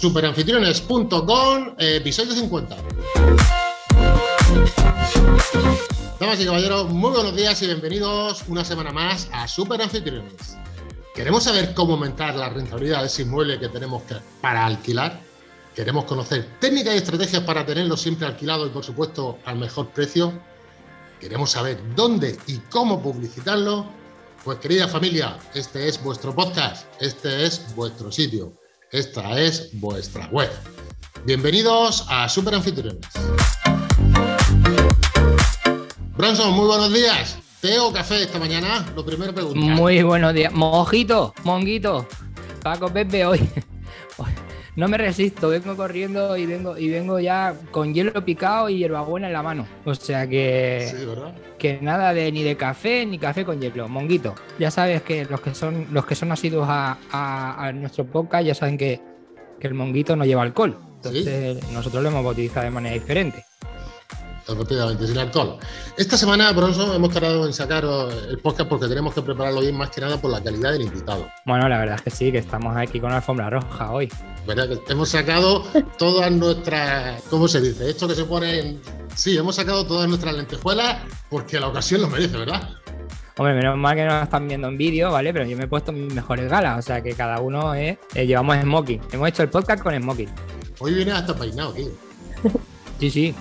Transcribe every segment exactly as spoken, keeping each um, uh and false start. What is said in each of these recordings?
superanfitriones punto com, eh, episodio cincuenta. Damas y caballeros, muy buenos días y bienvenidos una semana más a Superanfitriones. ¿Queremos saber cómo aumentar la rentabilidad de ese inmueble que tenemos que, para alquilar? ¿Queremos conocer técnicas y estrategias para tenerlo siempre alquilado y, por supuesto, al mejor precio? ¿Queremos saber dónde y cómo publicitarlo? Pues, querida familia, este es vuestro podcast, este es vuestro sitio, esta es vuestra web. Bienvenidos a Superanfitriones. Bronson, muy buenos días. ¿Té o café esta mañana? Lo primero preguntar. Muy buenos días. Mojito, monguito. Paco Pepe, hoy no me resisto, vengo corriendo y vengo y vengo ya con hielo picado y hierbabuena en la mano. O sea que, sí, ¿verdad? Que nada de ni de café ni café con hielo, monguito. Ya sabes que los que son los que son asiduos a, a, a nuestro podcast ya saben que, que el monguito no lleva alcohol. Entonces ¿sí? Nosotros lo hemos bautizado de manera diferente. Efectivamente, sin alcohol. Esta semana, Bronson, hemos tardado en sacar el podcast porque tenemos que prepararlo bien, más que nada por la calidad del invitado. Bueno, la verdad es que sí, que estamos aquí con la alfombra roja hoy. ¿Verdad? Que hemos sacado todas nuestras... ¿Cómo se dice? Esto que se pone en... Sí, hemos sacado todas nuestras lentejuelas porque la ocasión lo merece, ¿verdad? Hombre, menos mal que no nos están viendo en vídeo, ¿vale? Pero yo me he puesto mis mejores galas, o sea que cada uno es... Eh, llevamos smoking. Hemos hecho el podcast con smoking. Hoy viene hasta peinado, tío. Sí, sí.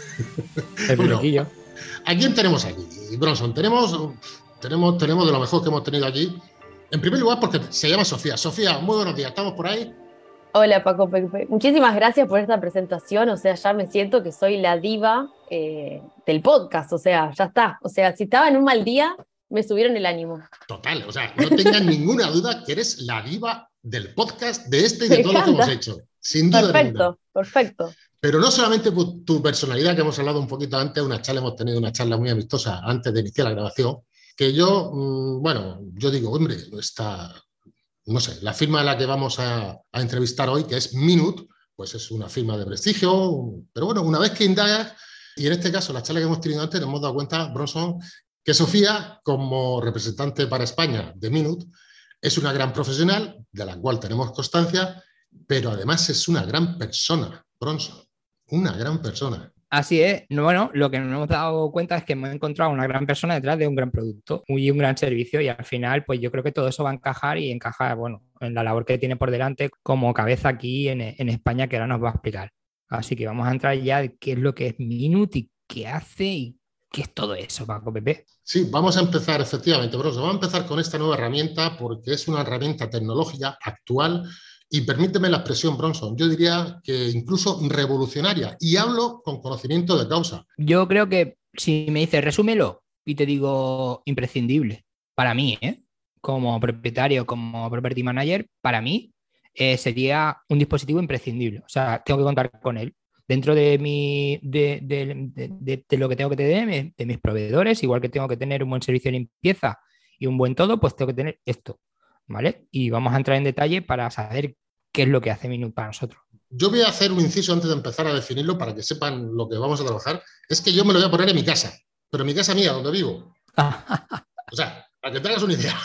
El bueno, flequillo. ¿a quién tenemos aquí? Bronson, tenemos, tenemos, tenemos de lo mejor que hemos tenido aquí. En primer lugar, porque se llama Sofía. Sofía, muy buenos días, ¿estamos por ahí? Hola, Paco Pepe. Muchísimas gracias por esta presentación. O sea, ya me siento que soy la diva eh, del podcast. O sea, ya está. O sea, si estaba en un mal día, me subieron el ánimo. Total, o sea, no tengan ninguna duda que eres la diva del podcast de este y de todo lo que hemos hecho. Sin duda Perfecto, ninguna. perfecto. Pero no solamente por tu personalidad, que hemos hablado un poquito antes, una charla, hemos tenido una charla muy amistosa antes de iniciar la grabación, que yo, mmm, bueno, yo digo, hombre, está, no sé, la firma a la que vamos a, a entrevistar hoy, que es Minut, pues es una firma de prestigio, pero bueno, una vez que indagas, y en este caso la charla que hemos tenido antes, nos hemos dado cuenta, Bronson, que Sofía, como representante para España de Minut, es una gran profesional, de la cual tenemos constancia, pero además es una gran persona, Bronson. Una gran persona. Así es. Bueno, lo que nos hemos dado cuenta es que hemos encontrado una gran persona detrás de un gran producto y un gran servicio, y al final pues yo creo que todo eso va a encajar y encaja, bueno, en la labor que tiene por delante como cabeza aquí en, en España, que ahora nos va a explicar. Así que vamos a entrar ya de qué es lo que es Minut y qué hace y qué es todo eso, Paco Pepe. Sí, vamos a empezar efectivamente, Bronson. Vamos a empezar con esta nueva herramienta porque es una herramienta tecnológica actual. Y permíteme la expresión, Bronson, yo diría que incluso revolucionaria, y hablo con conocimiento de causa. Yo creo que si me dices resúmelo y te digo imprescindible, para mí, ¿eh? Como propietario, como property manager, para mí eh, sería un dispositivo imprescindible. O sea, tengo que contar con él dentro de, mi, de, de, de, de, de lo que tengo que tener, de mis proveedores, igual que tengo que tener un buen servicio de limpieza y un buen todo, pues tengo que tener esto. ¿Vale? Y vamos a entrar en detalle para saber qué es lo que hace Minut para nosotros. Yo voy a hacer un inciso antes de empezar a definirlo para que sepan lo que vamos a trabajar. Es que yo me lo voy a poner en mi casa, pero en mi casa mía, donde vivo. O sea, para que te hagas una idea.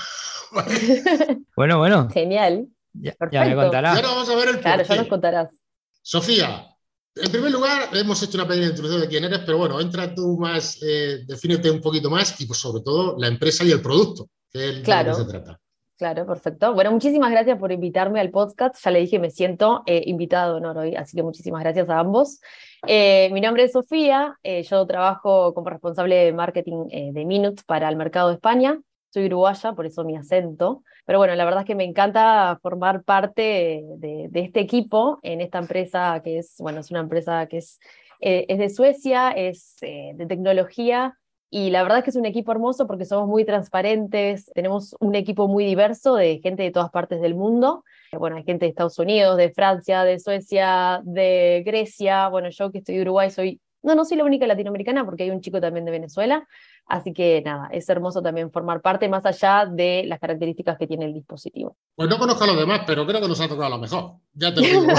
Bueno, bueno. Genial. Ya, ya me contarás. Y ahora vamos a ver el Claro, porqué. ya nos contarás. Sofía, en primer lugar, hemos hecho una pequeña introducción de quién eres, pero bueno, entra tú más, eh, defínete un poquito más y pues sobre todo la empresa y el producto, que es claro. de lo que se trata. Claro, perfecto. Bueno, muchísimas gracias por invitarme al podcast. Ya le dije, me siento eh, invitada de honor hoy, así que muchísimas gracias a ambos. Eh, mi nombre es Sofía, eh, yo trabajo como responsable de marketing eh, de Minut para el mercado de España. Soy uruguaya, por eso mi acento. Pero bueno, la verdad es que me encanta formar parte de, de este equipo en esta empresa que es, bueno, es una empresa que es, eh, es de Suecia, es eh, de tecnología. Y la verdad es que es un equipo hermoso porque somos muy transparentes, tenemos un equipo muy diverso de gente de todas partes del mundo. Bueno, hay gente de Estados Unidos, de Francia, de Suecia, de Grecia. Bueno, yo que estoy de Uruguay soy, no, no soy la única latinoamericana porque hay un chico también de Venezuela. Así que nada, es hermoso también formar parte más allá de las características que tiene el dispositivo. Pues no conozco a los demás, pero creo que nos ha tocado lo mejor. Ya te lo digo.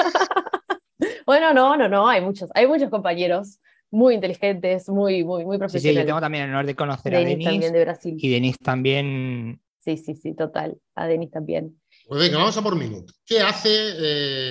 Bueno, no, no, no, hay muchos, hay muchos compañeros muy inteligentes, muy, muy, muy profesionales. Sí, sí, yo tengo también el honor de conocer Denis a Denis también de Brasil. Y Denis también. Sí, sí, sí, total. A Denis también. Pues venga, vamos a por Minut. ¿Qué hace? Eh,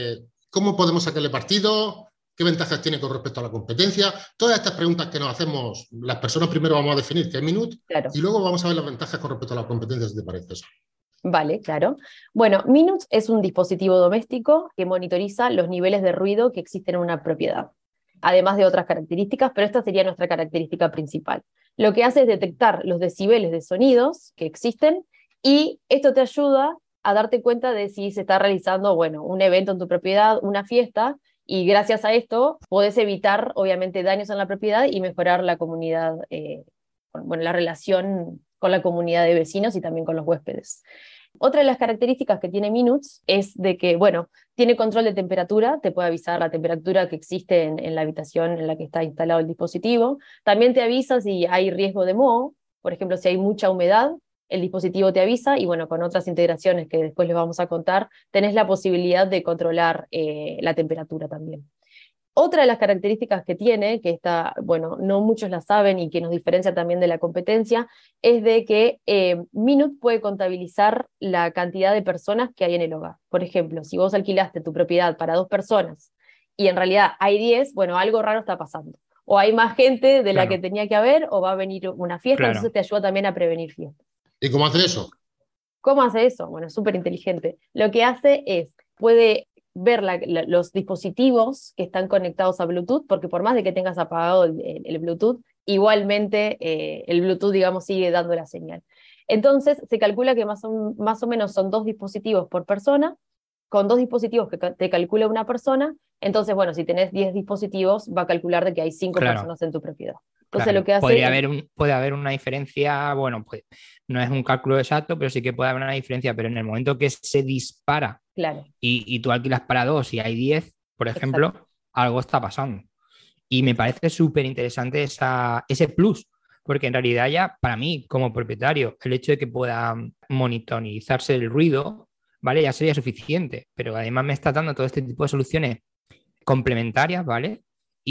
¿Cómo podemos sacarle partido? ¿Qué ventajas tiene con respecto a la competencia? Todas estas preguntas que nos hacemos las personas, primero vamos a definir qué es Minut, Claro. y luego vamos a ver las ventajas con respecto a la competencia, si te parece eso. Vale, claro. Bueno, Minut es un dispositivo doméstico que monitoriza los niveles de ruido que existen en una propiedad, además de otras características, pero esta sería nuestra característica principal. Lo que hace es detectar los decibeles de sonidos que existen, y esto te ayuda a darte cuenta de si se está realizando, bueno, un evento en tu propiedad, una fiesta, y gracias a esto podés evitar, obviamente, daños en la propiedad y mejorar la comunidad, eh, bueno, la relación con la comunidad de vecinos y también con los huéspedes. Otra de las características que tiene Minutz es de que, bueno, tiene control de temperatura, te puede avisar la temperatura que existe en, en la habitación en la que está instalado el dispositivo. También te avisa si hay riesgo de moho, por ejemplo, si hay mucha humedad, el dispositivo te avisa, y bueno, con otras integraciones que después les vamos a contar, tenés la posibilidad de controlar eh, la temperatura también. Otra de las características que tiene, que está, bueno, no muchos la saben y que nos diferencia también de la competencia, es de que eh, Minut puede contabilizar la cantidad de personas que hay en el hogar. Por ejemplo, si vos alquilaste tu propiedad para dos personas y en realidad hay diez, bueno, algo raro está pasando. O hay más gente de la Claro. que tenía que haber, o va a venir una fiesta, Claro. entonces te ayuda también a prevenir fiestas. ¿Y cómo hace eso? ¿Cómo hace eso? Bueno, es súper inteligente. Lo que hace es, puede ver la, la, los dispositivos que están conectados a Bluetooth, porque por más de que tengas apagado el, el, el Bluetooth, igualmente eh, el Bluetooth, digamos, sigue dando la señal. Entonces, se calcula que más o, más o menos son dos dispositivos por persona. Con dos dispositivos que te calcula una persona, entonces, bueno, si tenés diez dispositivos, va a calcular de que hay cinco Claro. personas en tu propiedad. Entonces, Claro. lo que hace Podría es... haber un, puede haber una diferencia, bueno, pues no es un cálculo exacto, pero sí que puede haber una diferencia, pero en el momento que se dispara Claro, y, y tú alquilas para dos y hay diez, por ejemplo, exacto. algo está pasando. Y me parece súper interesante esa, ese plus, porque en realidad ya para mí como propietario el hecho de que pueda monitorizarse el ruido, ¿vale? Ya sería suficiente, pero además me está dando todo este tipo de soluciones complementarias, ¿vale?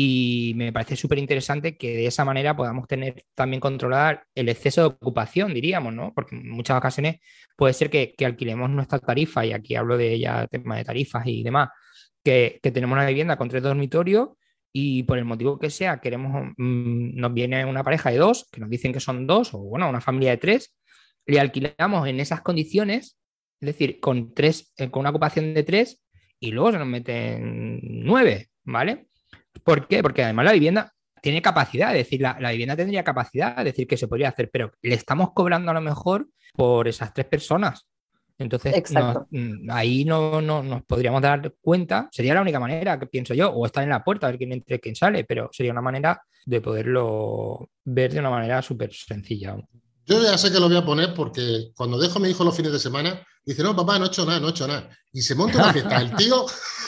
Y me parece súper interesante que de esa manera podamos tener también controlar el exceso de ocupación, diríamos, ¿no? Porque en muchas ocasiones puede ser que, que alquilemos nuestra tarifa, y aquí hablo de ya tema de tarifas y demás, que, que tenemos una vivienda con tres dormitorios y por el motivo que sea queremos, mmm, nos viene una pareja de dos, que nos dicen que son dos, o bueno, una familia de tres, le alquilamos en esas condiciones, es decir, con, tres, eh, con una ocupación de tres, y luego se nos meten nueve, ¿vale? ¿Por qué? Porque además la vivienda tiene capacidad, es decir, la, la vivienda tendría capacidad, es decir, que se podría hacer, pero le estamos cobrando a lo mejor por esas tres personas. Entonces, no, Exacto. ahí no, no nos podríamos dar cuenta, sería la única manera que pienso yo, o estar en la puerta a ver quién entra y quién sale, pero sería una manera de poderlo ver de una manera súper sencilla. Yo ya sé que lo voy a poner porque cuando dejo a mi hijo los fines de semana, dice, no, papá, no he hecho nada, no he hecho nada. Y se monta una fiesta. El tío...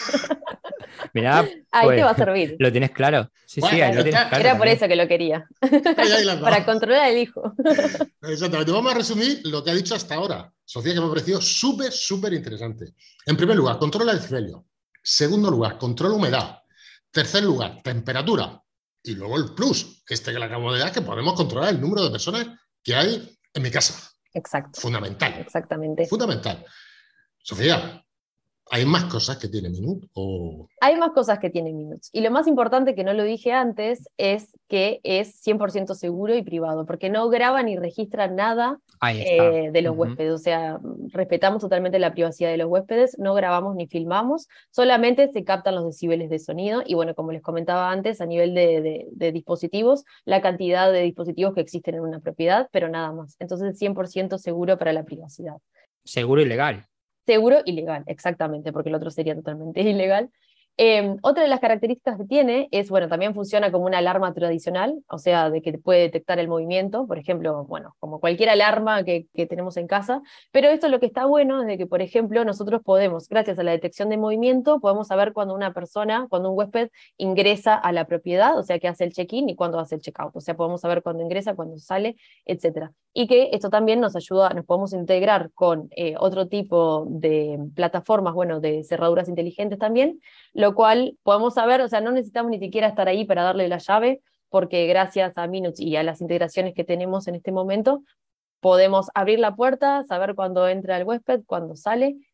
Mira, Ahí pues te va a servir. lo tienes claro. Sí, Bueno, sí, ahí lo tienes está, claro. Era por también. eso que lo quería. ahí, ahí las Para vamos. controlar al hijo. Exactamente. Vamos a resumir lo que ha dicho hasta ahora Sofía, que me ha parecido súper, súper interesante. En primer lugar, controla el decibelio. Segundo lugar, controla humedad. Tercer lugar, temperatura. Y luego el plus, este que le acabo de dar, que podemos controlar el número de personas que hay en mi casa. Exacto. Fundamental. Exactamente. Fundamental. Sofía, ¿hay más cosas que tiene Minut? O... Hay más cosas que tiene Minutz. Y lo más importante, que no lo dije antes, es que es cien por ciento seguro y privado, porque no graba ni registra nada Ahí está. eh, de los Uh-huh. huéspedes. O sea, respetamos totalmente la privacidad de los huéspedes, no grabamos ni filmamos, solamente se captan los decibeles de sonido. Y bueno, como les comentaba antes, a nivel de, de, de dispositivos, la cantidad de dispositivos que existen en una propiedad, pero nada más. Entonces, cien por ciento seguro para la privacidad. Seguro y legal. Seguro y legal, exactamente, porque el otro sería totalmente ilegal. Eh, otra de las características que tiene es, bueno, también funciona como una alarma tradicional, o sea, de que puede detectar el movimiento, por ejemplo, bueno, como cualquier alarma que, que tenemos en casa, pero esto lo que está bueno es de que, por ejemplo, nosotros podemos, gracias a la detección de movimiento, podemos saber cuando una persona, cuando un huésped ingresa a la propiedad, o sea, que hace el check-in y cuando hace el check-out, o sea, podemos saber cuándo ingresa, cuándo sale, etcétera. Y que esto también nos ayuda, nos podemos integrar con eh, otro tipo de plataformas, bueno, de cerraduras inteligentes también, lo cual podemos saber, o sea, no necesitamos ni siquiera estar ahí para darle la llave, porque gracias a Minutz y a las integraciones que tenemos en este momento, podemos abrir la puerta, saber cuándo entra el huésped, cuándo sale,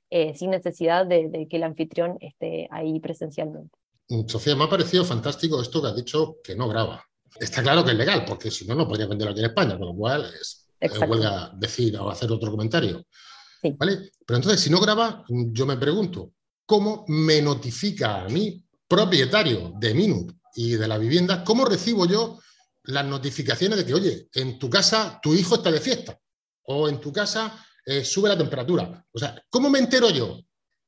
eh, sin necesidad de, de que el anfitrión esté ahí presencialmente. Sofía, me ha parecido fantástico esto que has dicho, que no graba. Está claro que es legal, porque si no, no podría venderlo aquí en España, con lo cual es, es huelga decir o hacer otro comentario. Sí. ¿Vale? Pero entonces, si no graba, yo me pregunto, ¿cómo me notifica a mí, propietario de Minut y de la vivienda, cómo recibo yo las notificaciones de que, oye, en tu casa tu hijo está de fiesta o en tu casa eh, sube la temperatura? O sea, ¿cómo me entero yo?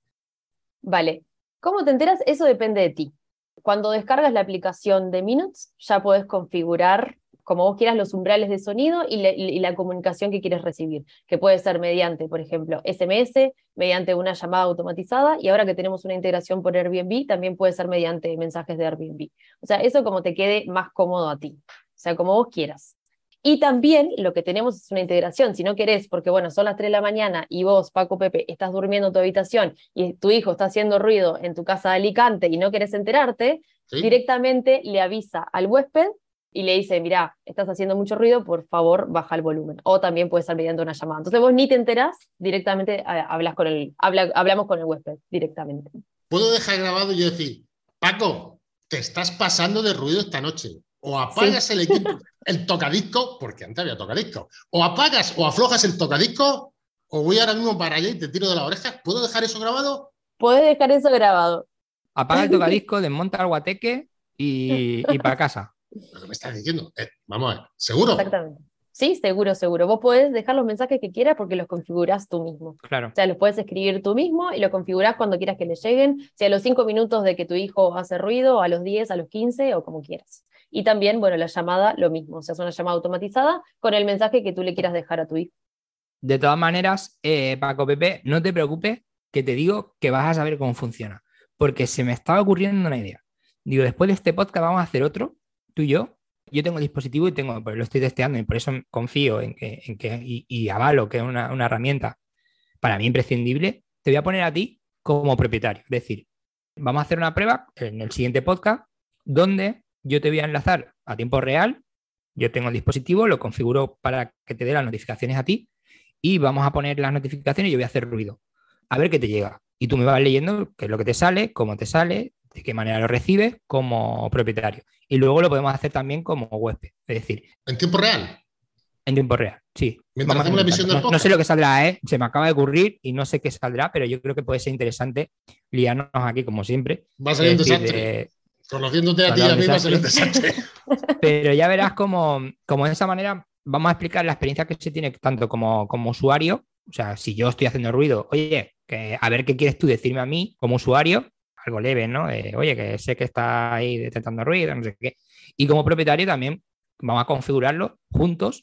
Vale. ¿Cómo te enteras? Eso depende de ti. Cuando descargas la aplicación de Minutz, ya podés configurar como vos quieras los umbrales de sonido y, le, y la comunicación que quieres recibir, que puede ser mediante, por ejemplo, ese eme ese, mediante una llamada automatizada, y ahora que tenemos una integración por Airbnb, también puede ser mediante mensajes de Airbnb. O sea, eso como te quede más cómodo a ti, o sea, como vos quieras. Y también lo que tenemos es una integración, si no querés, porque bueno, son las tres de la mañana y vos, Paco Pepe, estás durmiendo en tu habitación y tu hijo está haciendo ruido en tu casa de Alicante y no querés enterarte, ¿sí? Directamente le avisa al huésped y le dice, mirá, estás haciendo mucho ruido, por favor, baja el volumen. O también puede ser mediante una llamada. Entonces vos ni te enterás, directamente hablas con el, habla, hablamos con el huésped, directamente. Puedo dejar grabado y yo decir, Paco, te estás pasando de ruido esta noche. O apagas sí. el equipo, el tocadisco, porque antes había tocadisco. O apagas o aflojas el tocadisco, o voy ahora mismo para allá y te tiro de la oreja. ¿Puedo dejar eso grabado? Puedes dejar eso grabado. Apaga el tocadisco, desmonta el guateque y, y para casa. Lo que me estás diciendo, eh, vamos a ver, ¿seguro? Exactamente. Sí, seguro, seguro. Vos podés dejar los mensajes que quieras porque los configurás tú mismo. Claro. O sea, los puedes escribir tú mismo y los configurás cuando quieras que le lleguen, si a los cinco minutos de que tu hijo hace ruido, a los diez, a los quince o como quieras. Y también, bueno, la llamada, lo mismo. O sea, es una llamada automatizada con el mensaje que tú le quieras dejar a tu hijo. De todas maneras, eh, Paco Pepe, no te preocupes, que te digo que vas a saber cómo funciona. Porque se me estaba ocurriendo una idea. Digo, después de este podcast vamos a hacer otro, tú y yo. Yo tengo el dispositivo y tengo, pues lo estoy testeando y por eso confío en que, en que y, y avalo que es una, una herramienta para mí imprescindible. Te voy a poner a ti como propietario. Es decir, vamos a hacer una prueba en el siguiente podcast donde yo te voy a enlazar a tiempo real. Yo tengo el dispositivo, lo configuro para que te dé las notificaciones a ti y vamos a poner las notificaciones y yo voy a hacer ruido. A ver qué te llega. Y tú me vas leyendo qué es lo que te sale, cómo te sale, de qué manera lo recibes como propietario. Y luego lo podemos hacer también como huésped. Es decir, ¿en tiempo real? En tiempo real, sí. Mientras hacemos la emisión del podcast. No, no sé lo que saldrá, ¿eh? Se me acaba de ocurrir y no sé qué saldrá, pero yo creo que puede ser interesante liarnos aquí, como siempre. Va a ser un desastre. Eh, Conociéndote a ti y a mí va a ser un desastre. Pero ya verás como, como de esa manera vamos a explicar la experiencia que se tiene tanto como, como usuario. O sea, si yo estoy haciendo ruido, oye, que a ver qué quieres tú decirme a mí como usuario, algo leve, ¿no? Eh, oye, que sé que está ahí detectando ruido, no sé qué. Y como propietario también vamos a configurarlo juntos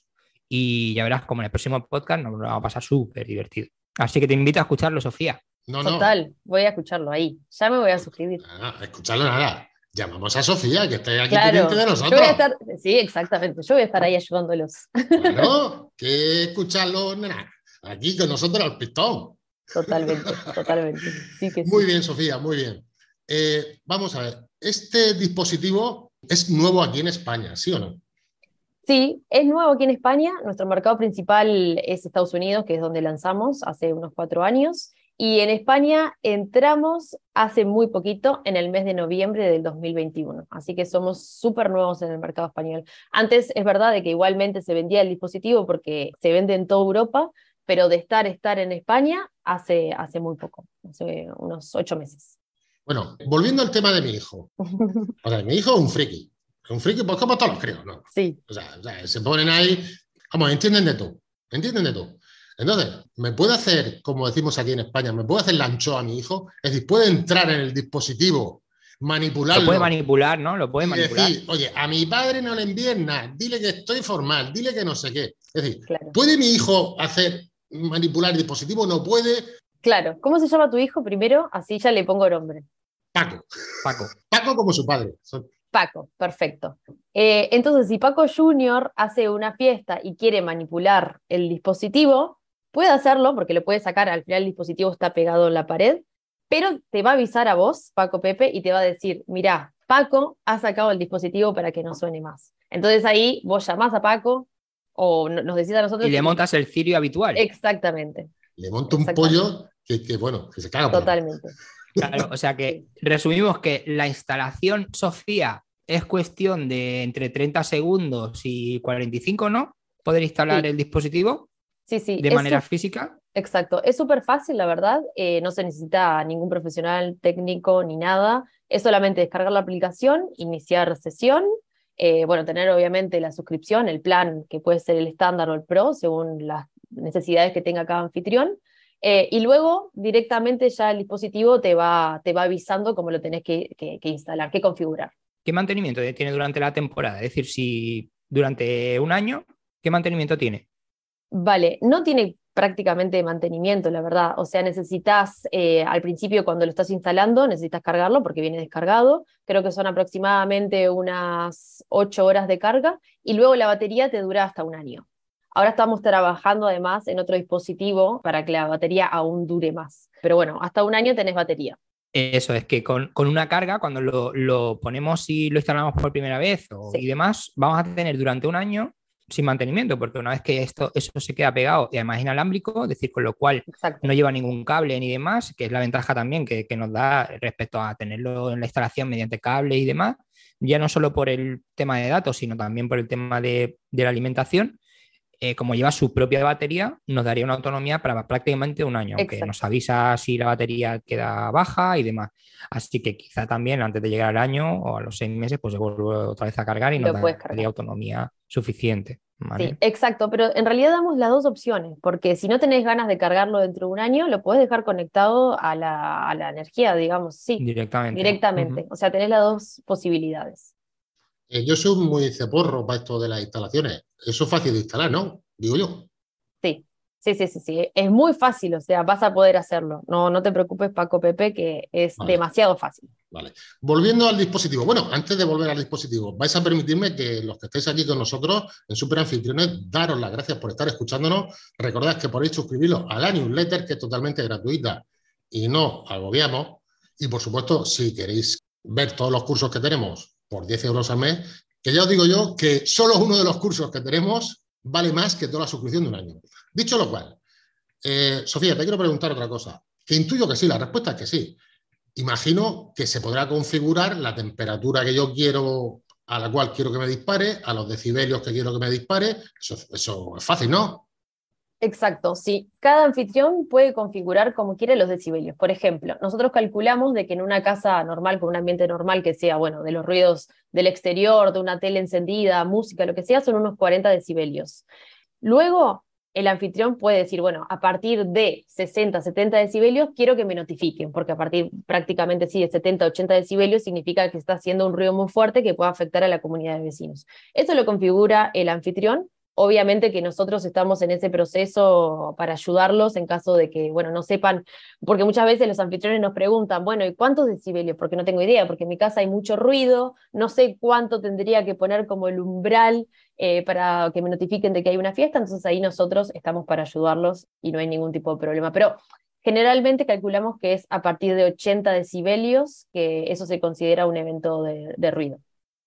y ya verás como en el próximo podcast nos lo vamos a pasar súper divertido. Así que te invito a escucharlo, Sofía. No, no. Total, voy a escucharlo ahí. Ya me voy a suscribir. Ah, escucharlo nada. Llamamos a Sofía, que está aquí claro, pendiente de nosotros. Yo voy a estar, sí, exactamente. Yo voy a estar ahí ayudándolos. Bueno, que escucharlo, nena. Aquí con nosotros al pistón. Totalmente, totalmente. Sí que muy sí. bien, Sofía, muy bien. Eh, vamos a ver, este dispositivo es nuevo aquí en España, ¿sí o no? Sí, es nuevo aquí en España. Nuestro mercado principal es Estados Unidos, que es donde lanzamos hace unos cuatro años. Y en España entramos hace muy poquito, en el mes de noviembre del dos mil veintiuno. Así que somos súper nuevos en el mercado español. Antes es verdad de que igualmente se vendía el dispositivo porque se vende en toda Europa, pero de estar, estar en España hace, hace muy poco, hace unos ocho meses. Bueno, volviendo al tema de mi hijo. O sea, mi hijo es un friki. Un friki, pues como todos los críos, ¿no? Sí. O sea, o sea, se ponen ahí, vamos, entienden de todo, entienden de todo. Entonces, ¿me puede hacer, como decimos aquí en España, me puede hacer la anchoa a mi hijo? Es decir, puede entrar en el dispositivo, manipularlo. Lo puede manipular, ¿no? Lo puede y manipular. decir, oye, a mi padre no le envíes nada, dile que estoy formal, dile que no sé qué. Es decir, claro. ¿puede mi hijo hacer, manipular el dispositivo? ¿No puede? Claro. ¿Cómo se llama tu hijo primero? Así ya le pongo nombre. Paco. Paco. Paco como su padre. Paco, perfecto. Eh, entonces, si Paco Junior hace una fiesta y quiere manipular el dispositivo, puede hacerlo, porque lo puede sacar, al final el dispositivo está pegado en la pared, pero te va a avisar a vos, Paco Pepe, y te va a decir, mirá, Paco ha sacado el dispositivo para que no suene más. Entonces ahí vos llamás a Paco, o nos decís a nosotros... Y le montas el cirio habitual. Exactamente. Le monto un pollo que, que bueno, que se caga por la boca. Totalmente. Claro, o sea que resumimos que la instalación, Sofía, es cuestión de entre treinta segundos y cuarenta y cinco, ¿no? Poder instalar Sí. el dispositivo Sí, sí, de es manera su- física. exacto. Es súper fácil, la verdad. Eh, no se necesita ningún profesional técnico ni nada. Es solamente descargar la aplicación, iniciar sesión. Eh, bueno, tener obviamente la suscripción, el plan que puede ser el estándar o el pro, según las necesidades que tenga cada anfitrión. Eh, y luego directamente ya el dispositivo te va, te va avisando cómo lo tenés que, que, que instalar, que configurar. ¿Qué mantenimiento tiene durante la temporada? Es decir, si durante un año, ¿qué mantenimiento tiene? Vale, no tiene prácticamente mantenimiento, la verdad. O sea, necesitas, eh, al principio cuando lo estás instalando, necesitas cargarlo porque viene descargado. Creo que son aproximadamente unas ocho horas de carga y luego la batería te dura hasta un año. Ahora estamos trabajando además en otro dispositivo para que la batería aún dure más. Pero bueno, hasta un año tenés batería. Eso es que con, con una carga, cuando lo, lo ponemos y lo instalamos por primera vez o, Sí. y demás, vamos a tener durante un año sin mantenimiento, porque una vez que esto, eso se queda pegado y además inalámbrico, es decir, con lo cual Exacto. no lleva ningún cable ni demás, que es la ventaja también que, que nos da respecto a tenerlo en la instalación mediante cable y demás, ya no solo por el tema de datos, sino también por el tema de, de la alimentación. Eh, como lleva su propia batería, nos daría una autonomía para prácticamente un año, aunque Exacto. nos avisa si la batería queda baja y demás. Así que quizá también antes de llegar al año o a los seis meses, pues se vuelve otra vez a cargar y nos Lo puedes daría cargar. autonomía suficiente. ¿Vale? Sí, exacto, pero en realidad damos las dos opciones, porque si no tenés ganas de cargarlo dentro de un año, lo podés dejar conectado a la, a la energía, digamos, sí, Directamente. directamente. Uh-huh. O sea, tenés las dos posibilidades. Eh, yo soy muy ceporro para esto de las instalaciones. Eso es fácil de instalar, ¿no? Digo yo. Sí, sí, sí, sí, sí. Es muy fácil, o sea, vas a poder hacerlo. No, no te preocupes, Paco Pepe, que es Vale. demasiado fácil. Vale. Volviendo al dispositivo. Bueno, antes de volver al dispositivo, vais a permitirme que los que estáis aquí con nosotros en Super Anfitriones, daros las gracias por estar escuchándonos. Recordad que podéis suscribiros a la newsletter, que es totalmente gratuita y no agobiamos. Y por supuesto, si queréis ver todos los cursos que tenemos por diez euros al mes, que ya os digo yo que solo uno de los cursos que tenemos vale más que toda la suscripción de un año. Dicho lo cual, eh, Sofía, te quiero preguntar otra cosa, que intuyo que sí, la respuesta es que sí. Imagino que se podrá configurar la temperatura que yo quiero, a la cual quiero que me dispare, a los decibelios que quiero que me dispare. Eso, eso es fácil, ¿no? Exacto, sí. Cada anfitrión puede configurar como quiere los decibelios. Por ejemplo, nosotros calculamos de que en una casa normal, con un ambiente normal que sea, bueno, de los ruidos del exterior, de una tele encendida, música, lo que sea, son unos cuarenta decibelios. Luego, el anfitrión puede decir, bueno, a partir de sesenta, setenta decibelios quiero que me notifiquen, porque a partir prácticamente sí de setenta, ochenta decibelios significa que está haciendo un ruido muy fuerte que pueda afectar a la comunidad de vecinos. Eso lo configura el anfitrión. Obviamente que nosotros estamos en ese proceso para ayudarlos en caso de que, bueno, no sepan, porque muchas veces los anfitriones nos preguntan, bueno, ¿y cuántos decibelios? Porque no tengo idea, porque en mi casa hay mucho ruido, no sé cuánto tendría que poner como el umbral eh, para que me notifiquen de que hay una fiesta, entonces ahí nosotros estamos para ayudarlos y no hay ningún tipo de problema. Pero generalmente calculamos que es a partir de ochenta decibelios que eso se considera un evento de, de ruido.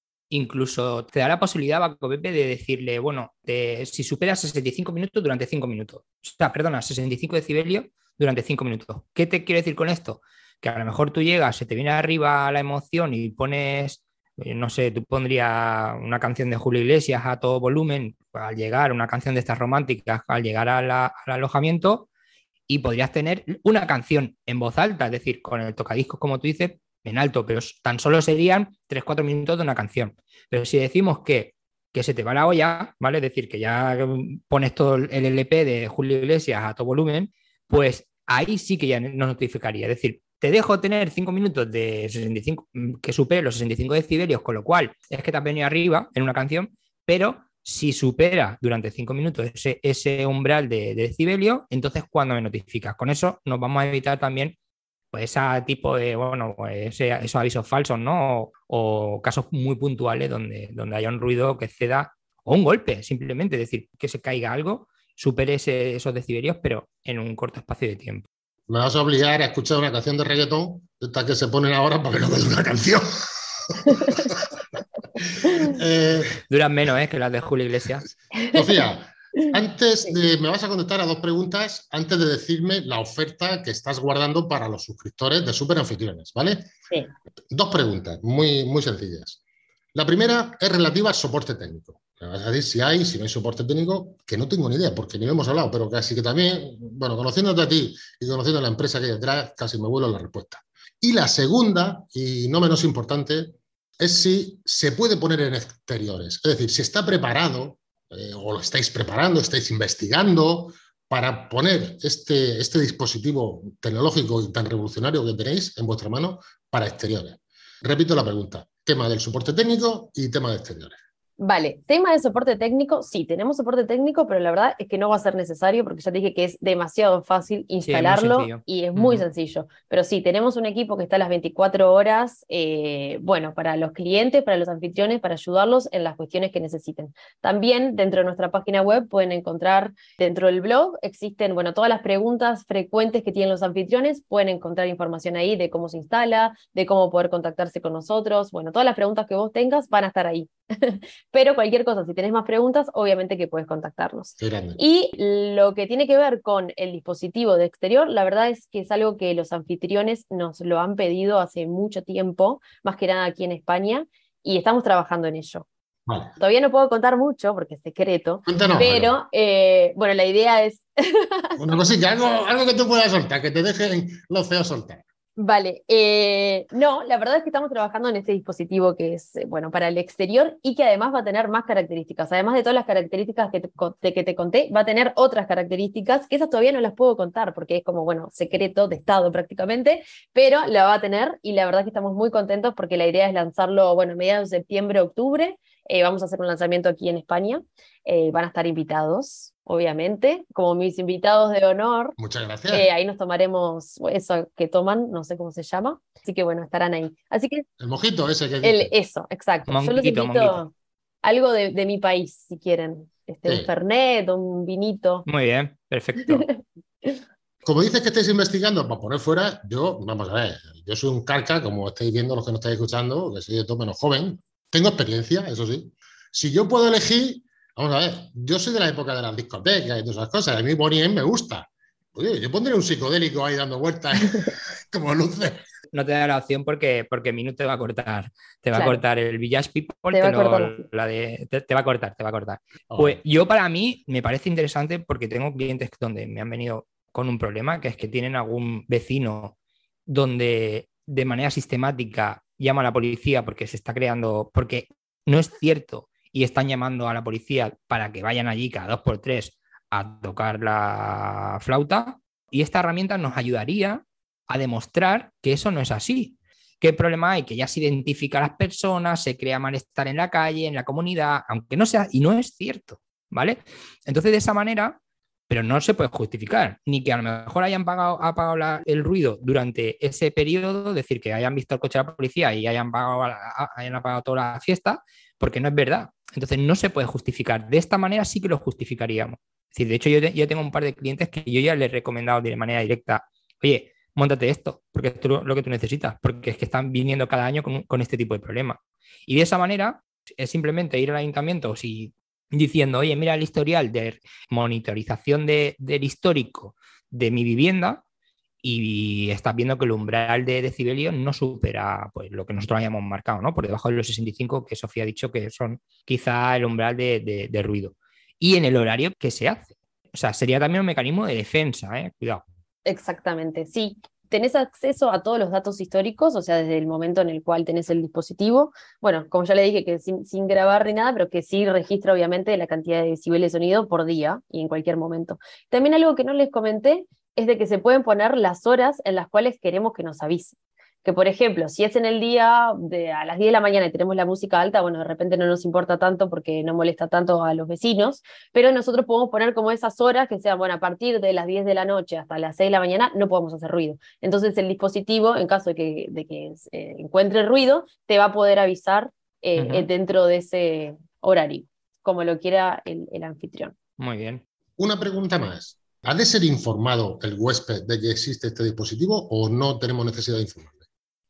Incluso te da la posibilidad, Paco Pepe, de decirle, bueno, de, si supera sesenta y cinco minutos durante cinco minutos. O sea, perdona, sesenta y cinco decibelios durante cinco minutos. ¿Qué te quiero decir con esto? Que a lo mejor tú llegas, se te viene arriba la emoción y pones, no sé, tú pondrías una canción de Julio Iglesias a todo volumen al llegar, una canción de estas románticas al llegar a la, al alojamiento, y podrías tener una canción en voz alta, es decir, con el tocadiscos, como tú dices, en alto, pero tan solo serían tres cuatro minutos de una canción. Pero si decimos que, que se te va la olla, ¿vale? Es decir, que ya pones todo el L P de Julio Iglesias a todo volumen, pues ahí sí que ya nos notificaría. Es decir, te dejo tener cinco minutos de sesenta y cinco, que supere los sesenta y cinco decibelios, con lo cual es que te has venido arriba en una canción, pero si supera durante cinco minutos ese, ese umbral de, de decibelio, entonces cuando me notificas. Con eso nos vamos a evitar también pues ese tipo de, bueno, pues ese, esos avisos falsos, ¿no? O, o casos muy puntuales donde, donde haya un ruido que ceda, o un golpe, simplemente, es decir, que se caiga algo, supere ese, esos decibelios, pero en un corto espacio de tiempo. Me vas a obligar a escuchar una canción de reggaetón, estas que se ponen ahora para que no me dé una canción. eh, Duran menos, ¿eh? Que las de Julio Iglesias. Sofía, Antes Sí, de, me vas a contestar a dos preguntas antes de decirme la oferta que estás guardando para los suscriptores de Super Anfitriones, ¿vale? sí. Dos preguntas muy, muy sencillas. La primera es relativa al soporte técnico. Me vas a decir si hay, si no hay soporte técnico, que no tengo ni idea, porque ni lo hemos hablado, pero casi que también, bueno, conociéndote a ti y conociendo la empresa que hay detrás, casi me vuelo la respuesta. Y la segunda, y no menos importante, es si se puede poner en exteriores. Es decir, si está preparado, eh, o lo estáis preparando, estáis investigando para poner este, este dispositivo tecnológico y tan revolucionario que tenéis en vuestra mano para exteriores. Repito la pregunta, tema del soporte técnico y tema de exteriores. Vale, tema de soporte técnico, sí, tenemos soporte técnico, pero la verdad es que no va a ser necesario porque ya te dije que es demasiado fácil Sí, es muy instalarlo sencillo. y es muy Ujú. sencillo. Pero sí, tenemos un equipo que está a las veinticuatro horas, eh, bueno, para los clientes, para los anfitriones, para ayudarlos en las cuestiones que necesiten. También dentro de nuestra página web pueden encontrar, dentro del blog, existen, bueno, todas las preguntas frecuentes que tienen los anfitriones, pueden encontrar información ahí de cómo se instala, de cómo poder contactarse con nosotros, bueno, todas las preguntas que vos tengas van a estar ahí. Pero cualquier cosa, si tenés más preguntas, obviamente que puedes contactarnos. Qué grande. Y lo que tiene que ver con el dispositivo de exterior, la verdad es que es algo que los anfitriones nos lo han pedido hace mucho tiempo, más que nada aquí en España, y estamos trabajando en ello. Vale. Todavía no puedo contar mucho porque es secreto, Cuéntanos algo. pero eh, bueno, la idea es Una cosita, algo, algo que tú puedas soltar, que te dejen los feos soltar. Vale, eh, no, la verdad es que estamos trabajando en este dispositivo que es, eh, bueno, para el exterior y que además va a tener más características. Además de todas las características que te, co- de que te conté, va a tener otras características que esas todavía no las puedo contar porque es como, bueno, secreto de Estado prácticamente, pero la va a tener y la verdad es que estamos muy contentos porque la idea es lanzarlo, bueno, a mediados de septiembre, octubre. Eh, vamos a hacer un lanzamiento aquí en España. Eh, van a estar invitados, obviamente, como mis invitados de honor. Muchas Eh, gracias. ahí nos tomaremos eso que toman, no sé cómo se llama. Así que bueno, estarán ahí. Así que El mojito ese que el, dices. eso, exacto. Yo los Monguito, monguito. invito algo de, de mi país, si quieren. Este, un Sí. fernet, un vinito. Muy bien, perfecto. Como dices que estáis investigando para poner fuera, yo, vamos a ver, yo soy un carca, como estáis viendo los que nos estáis escuchando, que soy de todo menos joven. Tengo experiencia, eso sí. Si yo puedo elegir, vamos a ver, yo soy de la época de las discotecas y todas esas cosas. A mí Bonnie M me gusta. Oye, yo pondré un psicodélico ahí dando vueltas como luces. No te da la opción porque, porque Minu te va a cortar. Te va a Claro, cortar el Village People, te va te, a cortar lo, la fiesta. la de, te, te va a cortar, te va a cortar. Pues Oh, yo para mí me parece interesante porque tengo clientes donde me han venido con un problema, que es que tienen algún vecino donde de manera sistemática llama a la policía porque se está creando, porque no es cierto y están llamando a la policía para que vayan allí cada dos por tres a tocar la flauta y esta herramienta nos ayudaría a demostrar que eso no es así. ¿Qué problema hay? Que ya se identifica a las personas, se crea malestar en la calle, en la comunidad, aunque no sea, y no es cierto, ¿vale? Entonces, de esa manera, pero no se puede justificar, ni que a lo mejor hayan pagado, apagado la, el ruido durante ese periodo, decir que hayan visto el coche de la policía y hayan, pagado, hayan apagado toda la fiesta, porque no es verdad. Entonces, no se puede justificar. De esta manera sí que lo justificaríamos. Es decir, de hecho, yo, te, yo tengo un par de clientes que yo ya les he recomendado de manera directa, oye, móntate esto, porque esto es lo que tú necesitas, porque es que están viniendo cada año con, con este tipo de problemas. Y de esa manera es simplemente ir al ayuntamiento si, diciendo, oye, mira el historial de monitorización de, del histórico de mi vivienda y estás viendo que el umbral de decibelios no supera pues, lo que nosotros hayamos marcado, ¿no? Por debajo de los sesenta y cinco que Sofía ha dicho que son quizá el umbral de, de, de ruido. Y en el horario que se hace. O sea, sería también un mecanismo de defensa, ¿eh? Cuidado. Exactamente, sí. Tenés acceso a todos los datos históricos, o sea, desde el momento en el cual tenés el dispositivo. Bueno, como ya le dije, que sin, sin grabar ni nada, pero que sí registra obviamente la cantidad de decibeles de sonido por día y en cualquier momento. También algo que no les comenté es de que se pueden poner las horas en las cuales queremos que nos avisen. Que por ejemplo, si es en el día de, a las diez de la mañana y tenemos la música alta, bueno, de repente no nos importa tanto porque no molesta tanto a los vecinos, pero nosotros podemos poner como esas horas que sean, bueno, a partir de las diez de la noche hasta las seis de la mañana no podemos hacer ruido. Entonces el dispositivo, en caso de que, de que eh, encuentre ruido, te va a poder avisar Uh eh, eh, -huh. dentro de ese horario, como lo quiera el, el anfitrión. Muy bien. una pregunta más. ¿Ha de ser informado el huésped de que existe este dispositivo o no tenemos necesidad de informarle?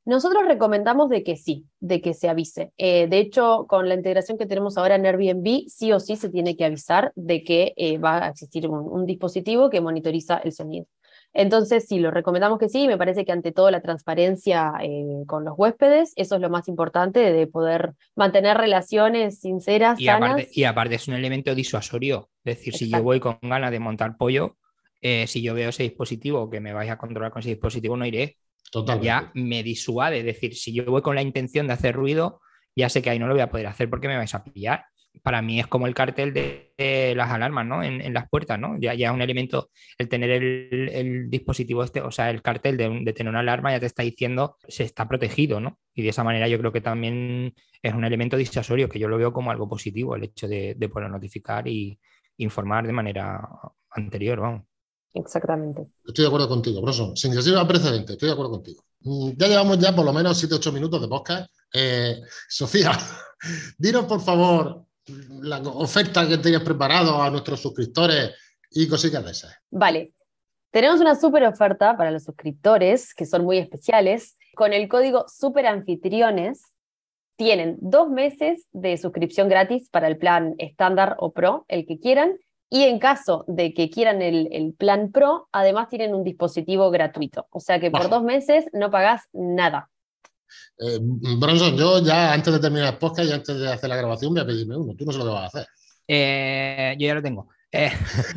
Nosotros recomendamos de que sí, de que se avise. Eh, de hecho, con la integración que tenemos ahora en Airbnb, sí o sí se tiene que avisar de que eh, va a existir un, un dispositivo que monitoriza el sonido. Entonces, sí, lo recomendamos que sí, y me parece que ante todo la transparencia eh, con los huéspedes, eso es lo más importante, de poder mantener relaciones sinceras, Y sanas. aparte, y aparte es un elemento disuasorio. Es decir, si yo Exacto. voy con ganas de montar pollo, eh, si yo veo ese dispositivo, que me vais a controlar con ese dispositivo, no iré. Totalmente. Ya me disuade. Es decir, si yo voy con la intención de hacer ruido, ya sé que ahí no lo voy a poder hacer porque me vais a pillar. Para mí es como el cartel de, de las alarmas, ¿no? En, en las puertas, ¿no? Ya, ya es un elemento, el tener el, el dispositivo este, o sea, el cartel de, de tener una alarma ya te está diciendo se está protegido, ¿no? Y de esa manera yo creo que también es un elemento disuasorio que yo lo veo como algo positivo, el hecho de, de poder notificar y informar de manera anterior, vamos. Exactamente. Estoy de acuerdo contigo, Bronson. Sin que sirva precedente, estoy de acuerdo contigo. Ya llevamos ya por lo menos siete ocho minutos de podcast. Eh, Sofía, dinos por favor la oferta que tenías preparado a nuestros suscriptores y cositas de esas. Vale. Tenemos una súper oferta para los suscriptores, que son muy especiales. Con el código SUPERANFITRIONES tienen dos meses de suscripción gratis para el plan estándar o pro, el que quieran. Y en caso de que quieran el, el plan Pro, además tienen un dispositivo gratuito. O sea que por Bajo. dos meses no pagás nada. Eh, Bronson, yo ya antes de terminar el podcast y antes de hacer la grabación voy a pedirme uno. Tú no sé lo que vas a hacer. Eh, yo ya lo tengo. Eh,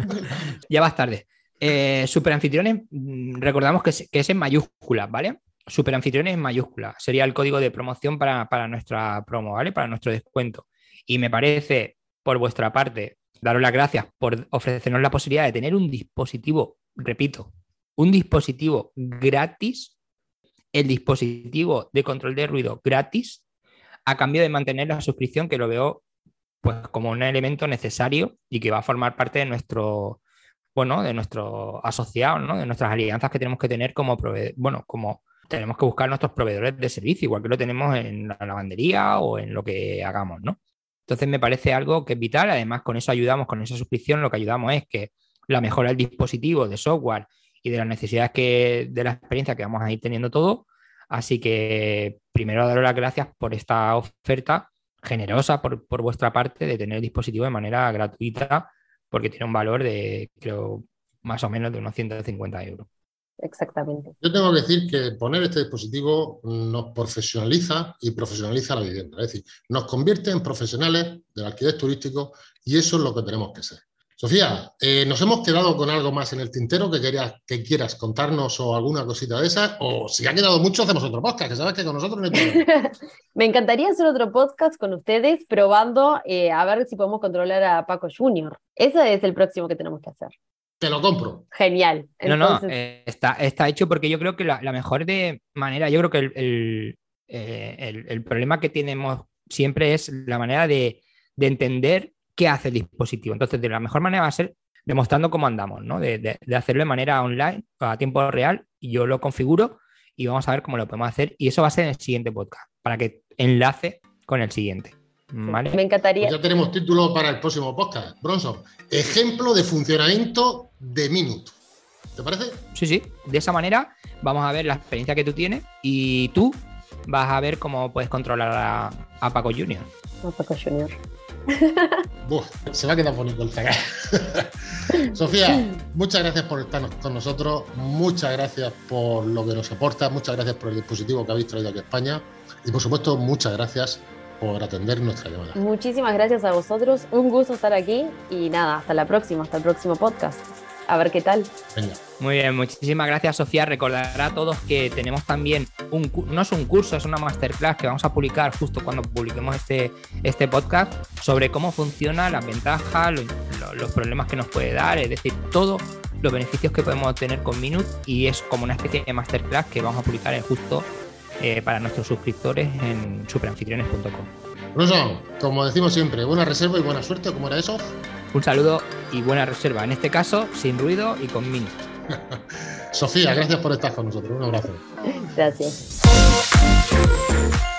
ya vas tarde. Eh, Superanfitriones, recordamos que es, que es en mayúsculas, ¿vale? Superanfitriones en mayúsculas. Sería el código de promoción para, para nuestra promo, ¿vale? Para nuestro descuento. Y me parece, por vuestra parte, daros las gracias por ofrecernos la posibilidad de tener un dispositivo, repito, un dispositivo gratis, el dispositivo de control de ruido gratis, a cambio de mantener la suscripción, que lo veo pues como un elemento necesario y que va a formar parte de nuestro, bueno, de nuestros asociados, ¿no? De nuestras alianzas que tenemos que tener como proveedores, bueno, como tenemos que buscar nuestros proveedores de servicio, igual que lo tenemos en la lavandería o en lo que hagamos, ¿no? Entonces me parece algo que es vital. Además, con eso ayudamos, con esa suscripción, lo que ayudamos es que la mejora del dispositivo, de software y de las necesidades que, de la experiencia que vamos a ir teniendo todo. Así que primero daros las gracias por esta oferta generosa por, por vuestra parte de tener el dispositivo de manera gratuita, porque tiene un valor de, creo, más o menos de unos ciento cincuenta euros. Exactamente. Yo tengo que decir que poner este dispositivo nos profesionaliza y profesionaliza la vivienda. Es decir, nos convierte en profesionales del alquiler turístico y eso es lo que tenemos que ser. Sofía, eh, nos hemos quedado con algo más en el tintero que, querías, que quieras contarnos o alguna cosita de esas, o si ha quedado mucho hacemos otro podcast, que sabes que con nosotros no hay problema. Me encantaría hacer otro podcast con ustedes probando eh, a ver si podemos controlar a Paco junior Ese es el próximo que tenemos que hacer. Te lo compro. Genial. Entonces... No, no, eh, está, está hecho porque yo creo que la, la mejor de manera, yo creo que el, el, eh, el, el problema que tenemos siempre es la manera de, de entender qué hace el dispositivo. Entonces, de la mejor manera va a ser demostrando cómo andamos, ¿no? De, de, de hacerlo de manera online, a tiempo real, y yo lo configuro y vamos a ver cómo lo podemos hacer. Y eso va a ser en el siguiente podcast, para que enlace con el siguiente. ¿Vale? Me encantaría. Pues ya tenemos título para el próximo podcast. Bronson, ejemplo de funcionamiento de Minut. ¿Te parece? Sí, sí. De esa manera vamos a ver la experiencia que tú tienes y tú vas a ver cómo puedes controlar a, a Paco junior A Paco junior Uf, se va a quedar bonito el zagar. Sofía, muchas gracias por estar con nosotros, muchas gracias por lo que nos aporta, muchas gracias por el dispositivo que habéis traído aquí a España y por supuesto muchas gracias por atender nuestra llamada. Muchísimas gracias a vosotros, un gusto estar aquí y nada, hasta la próxima, hasta el próximo podcast. A ver qué tal. Venga. Muy bien, muchísimas gracias, Sofía. Recordar a todos que tenemos también un, no es un curso, es una masterclass que vamos a publicar justo cuando publiquemos este, este podcast sobre cómo funciona, las ventajas, lo, lo, los problemas que nos puede dar, es decir, todos los beneficios que podemos obtener con Minut, y es como una especie de masterclass que vamos a publicar en justo eh, para nuestros suscriptores en superanfitriones punto com. Bronson, como decimos siempre, buena reserva y buena suerte. ¿Cómo era eso? Un saludo y buena reserva, en este caso sin ruido y con Minut. Sofía, gracias por estar con nosotros. Un abrazo. Gracias.